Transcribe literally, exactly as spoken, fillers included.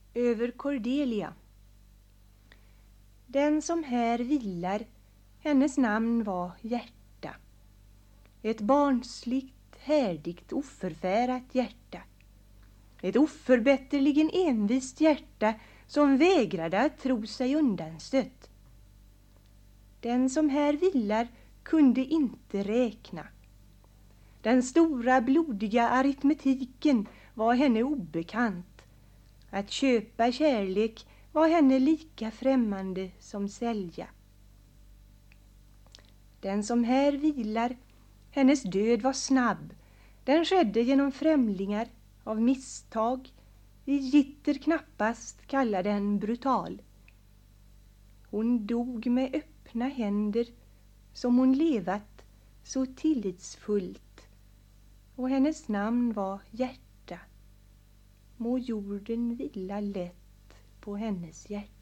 Över Cordelia. Den som här vilar, hennes namn var Hjärta. Ett barnsligt, härdigt, oförfärat hjärta. Ett oförbätterligen envist hjärta som vägrade att tro sig undanstött. Den som här vilar kunde inte räkna. Den stora blodiga aritmetiken var henne obekant. Att köpa kärlek var henne lika främmande som sälja. Den som här vilar, hennes död var snabb. Den skedde genom främlingar, av misstag, i gitter knappast kalla den brutal. Hon dog med öppna händer, som hon levat så tillitsfullt, och hennes namn var Hjärta. Må jorden vila lätt på hennes hjärta.